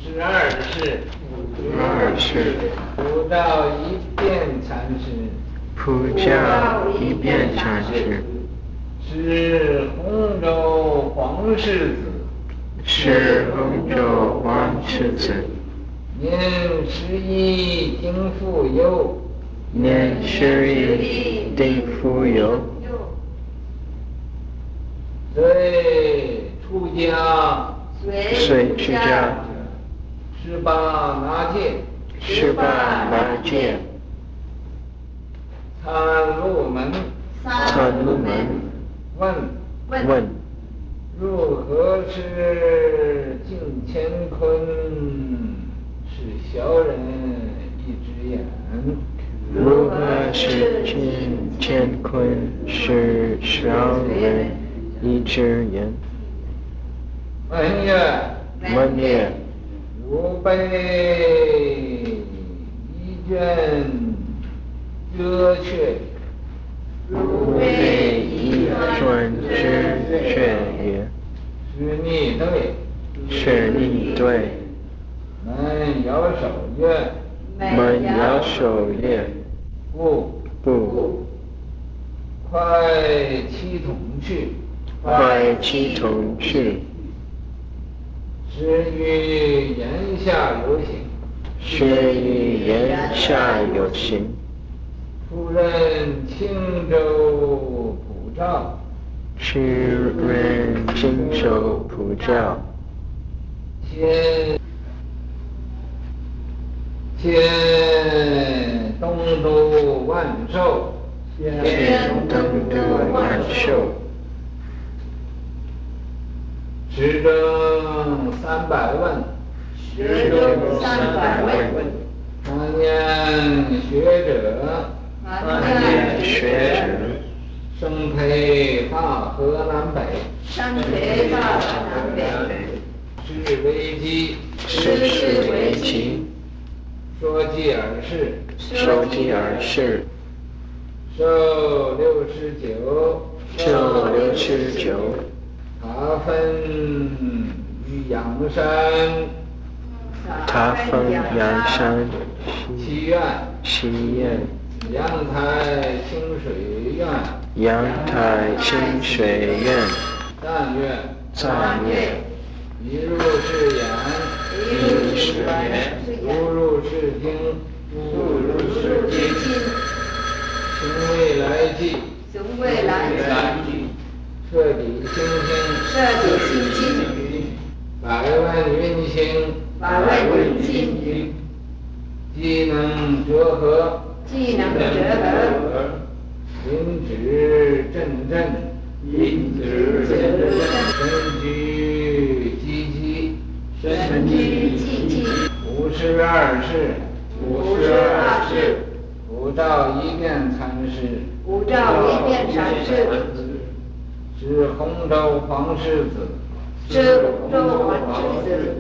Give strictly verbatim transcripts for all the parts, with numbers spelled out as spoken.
十二世， 二世普照一遍禅师， 普照一遍禅师， 是洪州黄世子， 是洪州黄世子， 年十一丁复有， 年十一丁复有， 遂出家， 遂出家， 十八拿戒， 十八拿戒， 参入门， 参入门， 问问如何是净乾坤？是小人一只眼。 如何是净乾坤？是小人一只眼。 门曰： 门曰： 如被一卷遮却， 如被一卷之却也。 是逆对。 是逆对。 门摇手曰： 门摇手曰： 不， 不， 快其统去。 快其统去。 是于言下有形。 是于言下有形。 出任青州普照。 出任青州普照。 迁迁东都万寿。 迁东都万寿。 时征三百问。 时征三百问。 常念学者。 常念学者。 生培大河南北。 生培大河南北。 是为基。 是是为基。 说记而事。 说记而事。 寿六十九。 寿六十九。 他分于阳山。 他分阳山。 西院。 西院。 阳台清水院。 阳台清水院。 赞曰： 赞曰： 一入是言， 一入是言， 无入是听， 不入是听。 行未来际， 行未来际， 彻底清清， 彻底清清， 百万云行， 百万云行， 既能折合， 既能折合， 引指阵阵， 引指阵阵， 身居积积， 身居寂寂， 五十二世， 五十二世， 普照一遍禅师， 普照一遍禅师， 是洪州黄世子， 是洪州黄世子，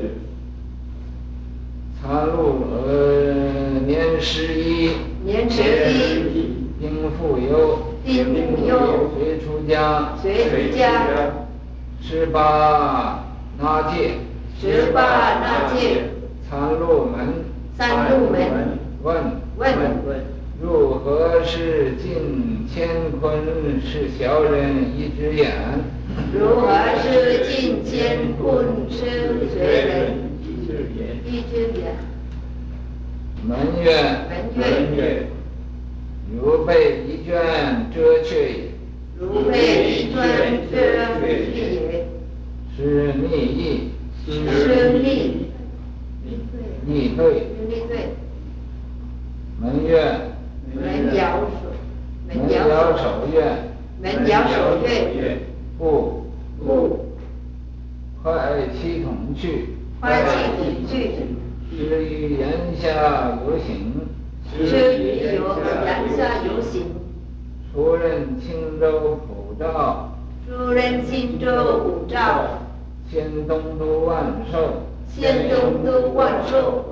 参入呃年十一， 年十一， 丁复有， 丁复有， 随出家， 随出家， 十八拿戒， 十八拿戒， 参入门， 三入门， 问问如何是尽乾坤？是小人一只眼。 如何是尽乾坤？是随人一只眼。 门曰： 门曰： 如被一卷遮却也。 如被一卷遮却也。 是逆意。 是逆。 逆对。 逆对。 门曰： 门摇手。 门摇手曰： 门摇手曰： 不， 不， 快其统去。 快其统去。 是于言下有形。 是于有言下有形。 出任青州普照。 出任青州普照。 迁东都万寿。 迁东都万寿。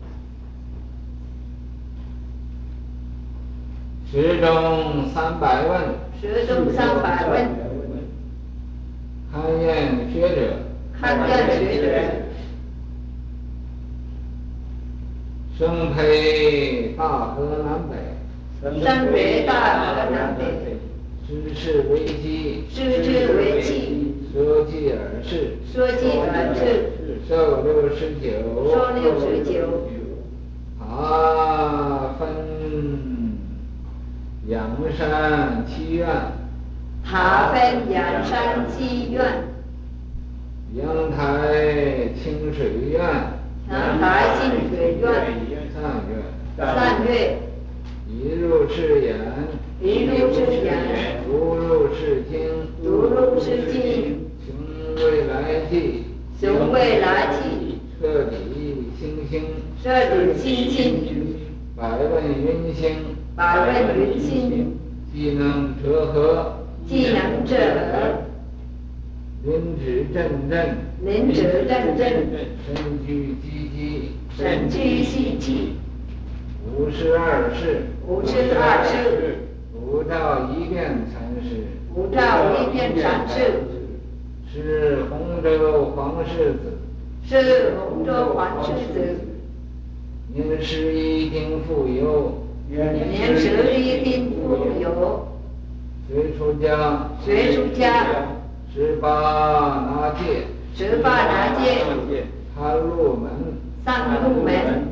时中三百问。 时中三百问。 勘验学者。 勘验学者。 生培大河南北， 生培大河南北， 知是为机， 知之为气， 说记而事， 说记而事， 寿六十九， 寿六十九， 他分阳山七院， 他分阳山七院， 阳台清水院， 阳台清水院， 三院， 三月， 一入是言， 一入是言， 如入是经， 如入是经， 雄未来际， 雄未来际， 彻底星星， 彻底星星， 百问云星， 百问云星， 技能折合， 技能者合， 临止阵阵， 临者阵阵， 身居积极， 神居细气， 五十二世， 五十二世， 无照一变禅师， 无照一变禅师， 是洪州黄世子， 是洪州黄世子， 年十一丁复游， 年十一丁复游， 随出家， 随出家， 十八拿戒， 十八拿戒， 他入门， 上入门。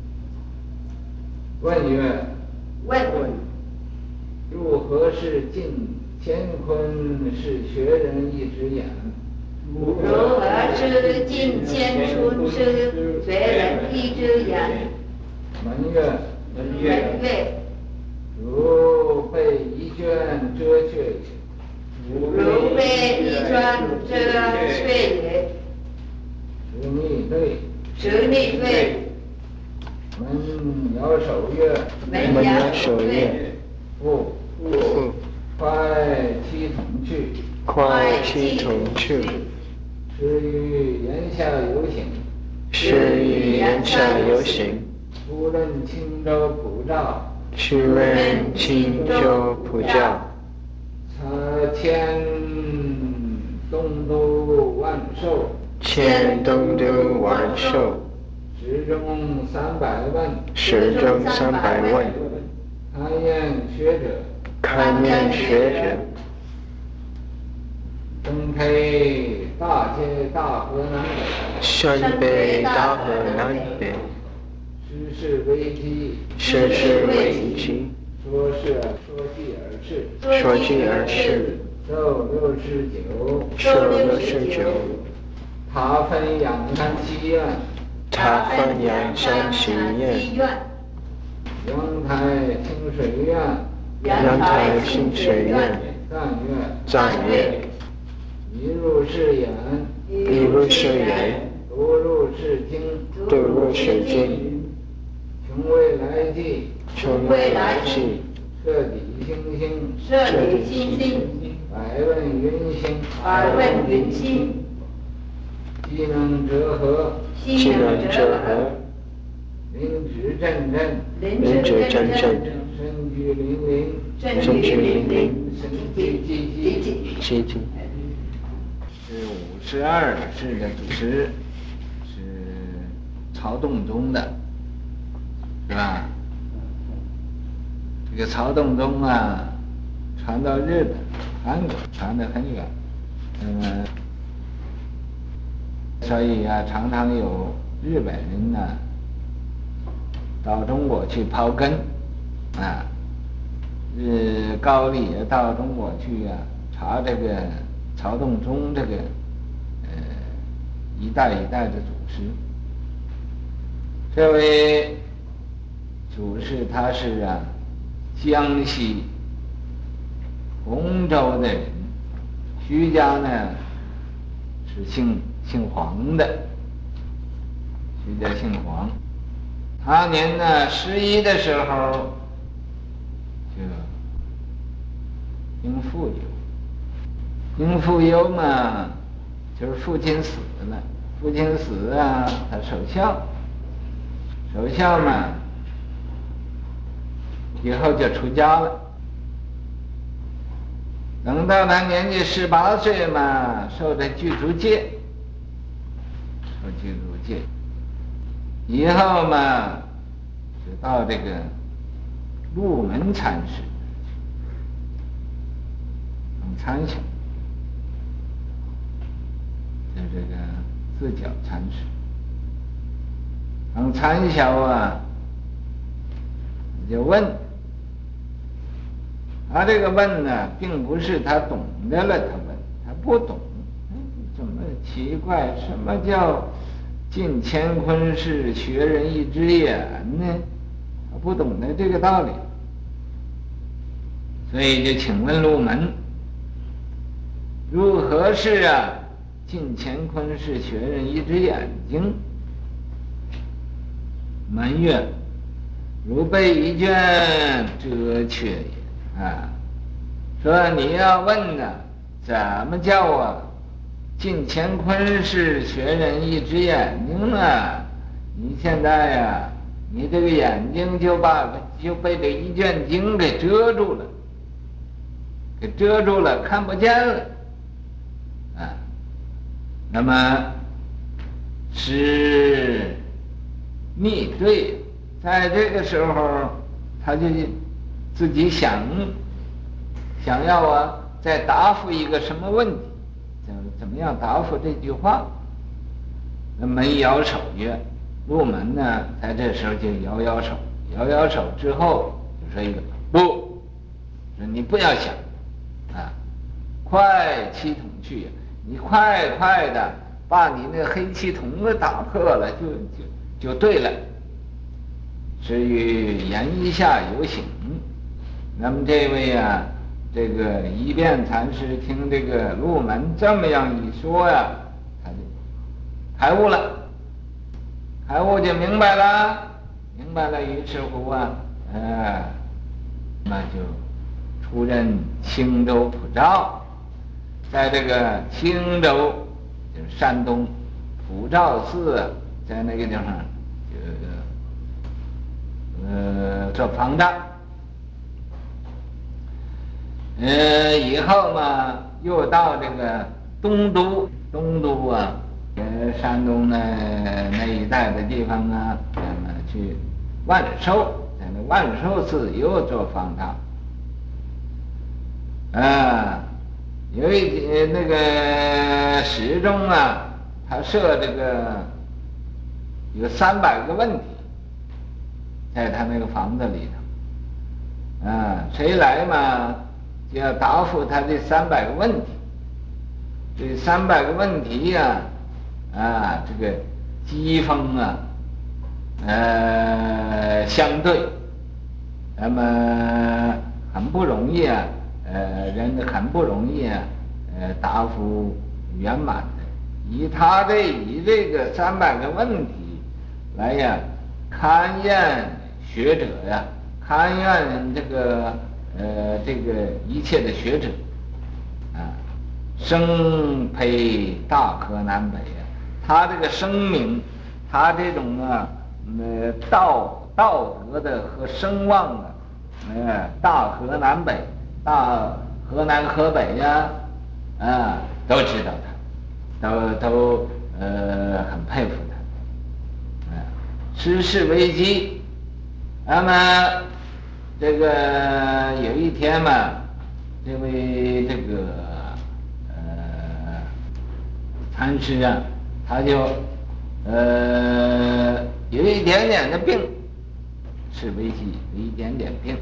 问曰： 问： 如何是尽乾坤是学人一只眼？ 如何是尽乾坤是学人一只眼？ 门曰： 门月。 如被一卷遮却也。 如被一圈遮却也。 十逆对。 十逆对。 门摇手曰： 门摇手曰： 不。 不。 快七同去。 快七同去。 时于檐下游行。 时于檐下游行。 出任青州普照。 出任青州普照。 他迁东都万寿。 迁东都万寿。 时中三百问。 时中三百问。 开宴学者。 开宴学者。 生培大街大河南北。 生培大河南北。 时事危机。 时事危机。 说是说记而事。 说记而事。 寿六十九。 寿六十九。 他分阳山七院。 他分阳山七院。 阳台清水院。 阳台清水院。 赞月。 赞月。 一入是言。 一入是言。 独入是经。 独入是经。 穷未来际。 穷未来际。 彻底星星。 彻底星星。 百问云星。 百问云星。 技能折合。 技能折合。 临止阵阵。 临止阵阵。 身居零零。 身居零零。 身居积极。 积极。 是五十二世的祖师，是曹洞宗的，是吧？这个曹洞宗啊，传到日本、韩国，传得很远。那么，所以啊，常常有日本人呢，到中国去刨根，啊，日高丽也到中国去啊，查这个曹洞宗这个，呃，一代一代的祖师。这位祖师他是啊，江西洪州的人，徐家呢是姓姓黄的，徐家姓黄。他年呢十一的时候就应父有，应父有嘛，就是父亲死了，父亲死啊，他守孝，守孝嘛，以后就出家了。等到他年纪十八岁嘛，受的具足戒，受具足戒，以后嘛， 就到这个鹿门禅师，等参想，就这个自脚禅师，等参晓啊，就问。他这个问呢，并不是他懂得了，他问，他不懂，怎么奇怪？什么叫近乾坤是学人一只眼呢？他不懂得这个道理，所以就请问鹿门，如何是啊？近乾坤是学人一只眼睛。门曰：如被一卷遮却也。啊，说你要问呢，怎么叫啊？近乾坤是学人一只眼睛啊！你现在呀、啊，你这个眼睛就把就被这一卷经给遮住了，给遮住了，看不见了。啊，那么是逆对，在这个时候他就自己想想要啊，再答复一个什么问题？怎怎么样答复这句话？那门摇手曰：鹿门呢，在这时候就摇摇手，摇摇手之后就说一个不，说你不要想啊，快气筒去，你快快的把你那个黑气筒子打破了，就就就对了。至于言一下有醒。那么这位啊，这个一辩禅师听这个鹿门这么样一说呀，他就开悟了，开悟就明白了，明白了，于是乎啊，呃，那就出任青州普照，在这个青州，就是山东普照寺，在那个地方，就呃做方丈。呃，以后嘛，又到这个东都，东都啊，呃，山东的那一带的地方啊，那么去万寿，在那万寿寺又做方丈。啊，有一那个时钟啊，他设这个有三百个问题，在他那个房子里头，啊，谁来嘛？就要答复他这三百个问题，这三百个问题呀、啊，啊，这个机锋啊，呃，相对，那么很不容易啊，呃，人很不容易啊，呃，答复圆满的。以他这以这个三百个问题来呀，勘验学者呀，勘验这个。呃，这个一切的学者，啊，生胚大河南北啊，他这个声名，他这种啊，呃，道道德的和声望啊，呃，大河南北，大河南河北呀、啊，啊，都知道他，都都呃很佩服他，啊，时事危机，那么。这个有一天嘛，这位这个呃禅师啊，他就呃有一点点的病，是危机，有一点点病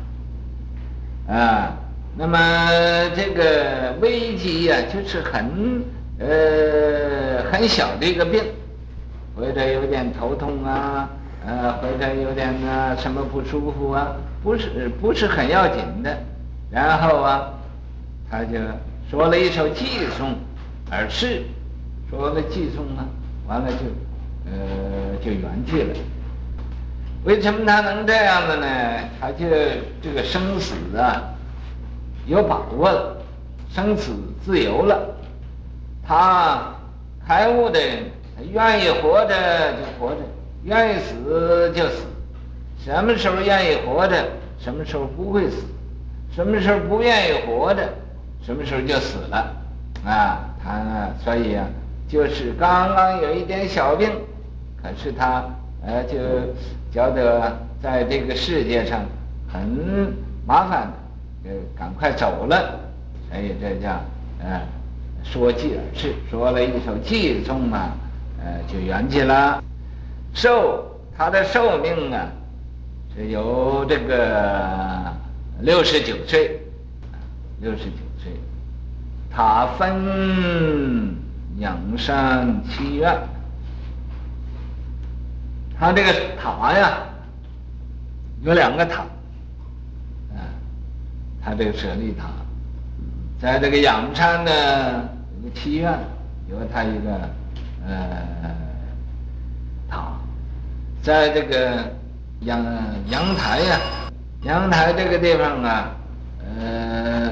啊。那么这个危机呀、啊，就是很呃很小的一个病，或者有点头痛啊，呃或者有点啊什么不舒服啊。不是不是很要紧的，然后啊，他就说了一首寄颂，而是说了寄颂啊，完了就呃就圆寂了。为什么他能这样的呢？他就这个生死啊有把握了，生死自由了。他开悟的人，他愿意活着就活着，愿意死就死。什么时候愿意活着，什么时候不会死；什么时候不愿意活着，什么时候就死了。啊，他呢，所以啊，就是刚刚有一点小病，可是他呃就觉得在这个世界上很麻烦的，呃，赶快走了，所以这叫呃说偈而逝，说了一首偈颂啊，呃，就圆寂了。寿，他的寿命啊，是有这个六十九岁，六十九岁。他分养山七院，他这个塔呀，有两个塔，啊，他这个舍利塔，在这个仰山呢有个七院，有他一个呃塔，在这个阳阳台呀，阳台这个地方啊，呃。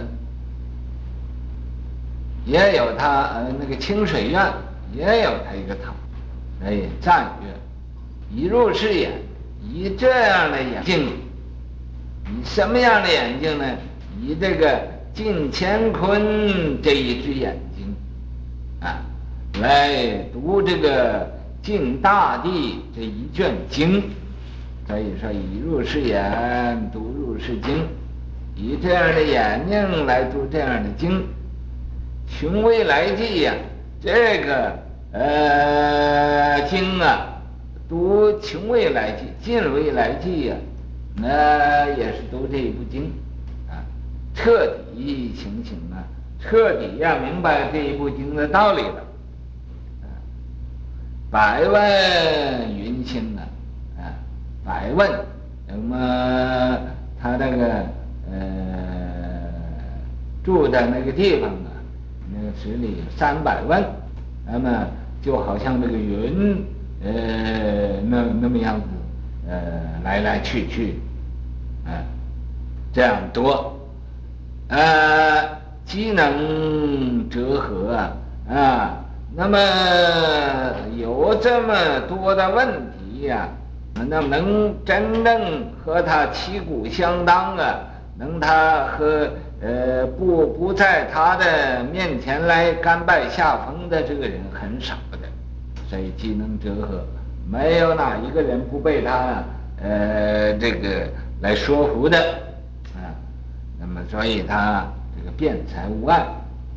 也有他呃那个清水院，也有他一个塔，哎，赞曰：一入是眼，以这样的眼睛，以什么样的眼睛呢？以这个晋乾坤这一只眼睛，啊，来读这个晋大地这一卷经。所以说，以入是眼，读入是经，以这样的眼睛来读这样的经。穷未来记呀、啊，这个呃经啊，读穷未来记、近未来记呀、啊，那也是读这一部经啊，彻底清醒啊，彻底呀、啊、明白这一部经的道理了。啊，百问云心啊，啊，百问，那么他那个呃住的那个地方啊。那个池里有三百万，那么就好像这个云，呃，那那么样子，呃，来来去去，啊、呃，这样多，呃，机能折合啊，啊，那么有这么多的问题呀、啊，那么能真正和他旗鼓相当啊，能他和。呃，不不在他的面前来甘拜下风的这个人很少的，所以机能折合，没有哪一个人不被他呃这个来说服的啊。那么，所以他这个辩才无碍，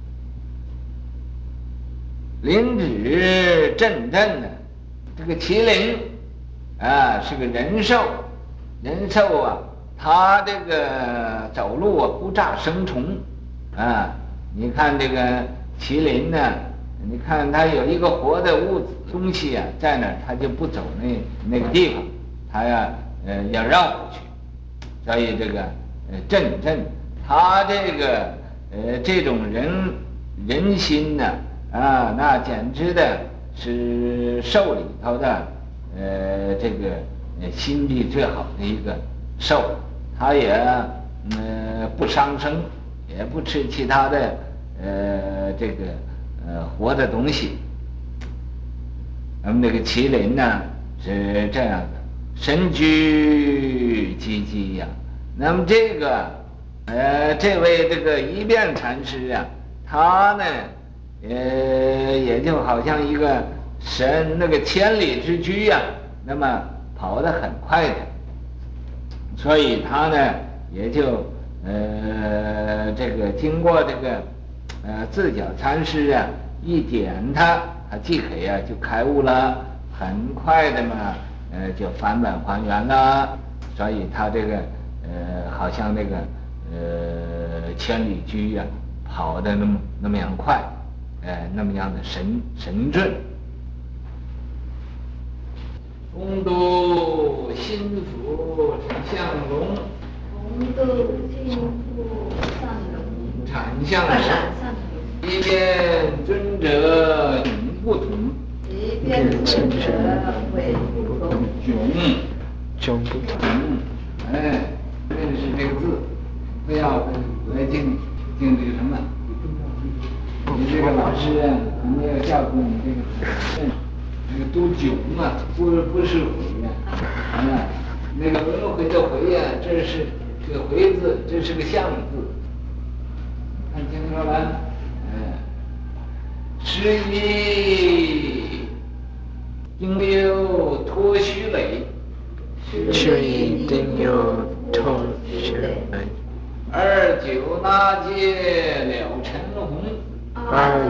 灵指阵阵的这个麒麟啊，是个人兽，人兽啊。他这个走路啊不炸生虫，啊，你看这个麒麟呢，你看它有一个活的物东西啊在那儿，它就不走那那个地方，它呀呃要绕过去，所以这个呃阵阵，他这个呃这种人人心呢啊，那简直的是兽里头的呃这个呃心地最好的一个兽。它也呃不伤生，也不吃其他的呃这个呃活的东西。那么那个麒麟呢是这样的，神居唧唧呀。那么这个呃这位这个一辩禅师啊，他呢呃也就好像一个神那个千里之驹呀、啊，那么跑得很快的。所以他呢，也就呃这个经过这个呃自脚禅师啊一点他，他即可呀就开悟了，很快的嘛，呃就返本还原了。所以他这个呃好像那个呃千里驹呀、啊、跑得那么那么样快，呃那么样的神神准。公都心腹相龙， 公都心腹相龙， 产相龙，一边尊者永不同， 一边尊者为不同， 迥迥不同。 哎，认识这个字，不要来敬敬这个什么。你这个老师啊，没有教过你这个字。那个都囧啊，不不是回呀、啊，啊，那个轮回的回呀、啊，这是这个回字，这是个象字，看清楚了？嗯，十一应六脱虚累，虚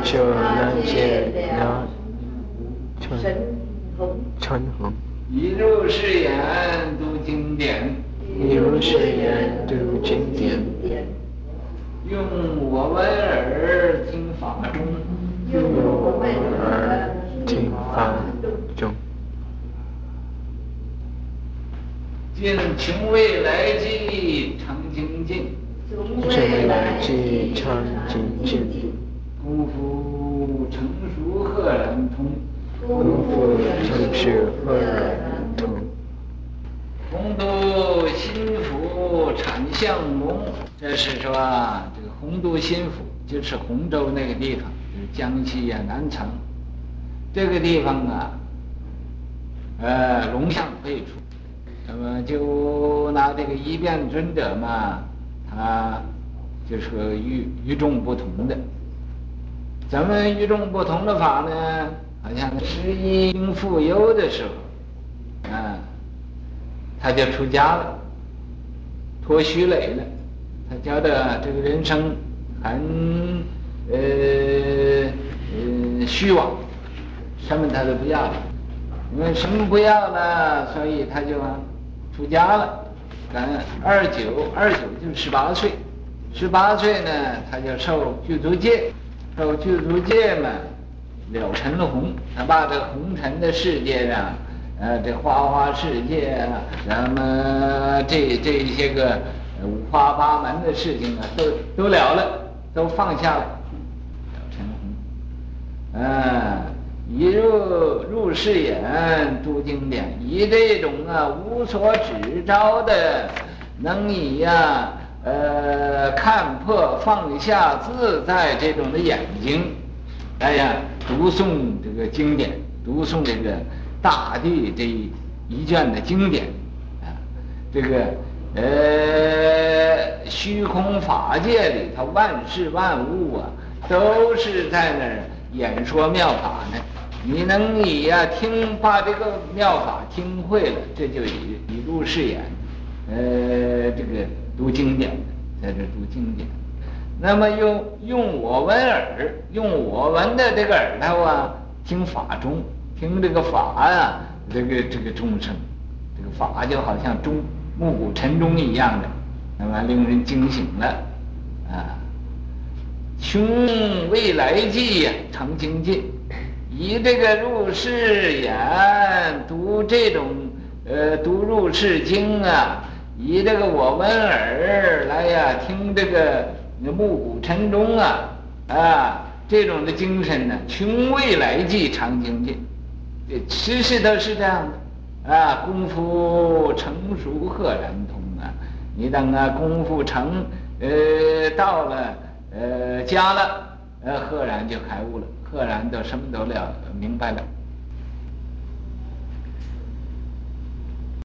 就了解了陈红， 陈红， 一入是言读经典， 一入是言读经典， 用我闻耳听法中， 用我闻耳听法中， 尽穷未来际常精进， 从这未来来即常精进， 功夫成熟赫然通， 功夫成熟赫然通， 洪都心府产相龙。这是说这个洪都心府就是洪州那个地方，就是江西呀、南昌这个地方啊，呃，龙象辈出。那么就拿这个一辩尊者嘛，他就是个与与众不同的。咱们与众不同的法呢，好像十一应富有的时候，啊，他就出家了，脱虚累了。他觉得这个人生很呃呃虚妄，什么他都不要了。因为什么不要了，所以他就出家了。赶二九，二九就十八岁，十八岁呢，他就受具足戒，受具足戒嘛，了尘红，他把这红尘的世界啊，呃，这花花世界啊，什么这这些个五花八门的事情啊，都都了了，都放下了，了尘红，啊。一入入世眼读经典，以这种啊无所指招的，能以呀、啊、呃看破放下自在这种的眼睛，哎呀读诵这个经典，读诵这个大地这一卷的经典啊，这个呃虚空法界里头万事万物啊，都是在那儿演说妙法呢。你能以呀、啊、听把这个妙法听会了，这就以以入世眼，呃，这个读经典，在这读经典。那么用用我闻耳，用我闻的这个耳朵啊，听法中，听这个法啊，这个这个钟声，这个法就好像钟暮鼓晨钟一样的，那么令人惊醒了，啊，穷未来际呀、啊，常精进。以这个入世眼读这种呃读入世经啊，以这个我闻耳来呀、啊、听这个暮鼓晨钟啊啊这种的精神呢，穷未来际常精进，这时时都是这样的啊。功夫成熟赫然通啊，你等啊功夫成呃到了呃家了，呃赫然就开悟了。赫然都什么都了明白了。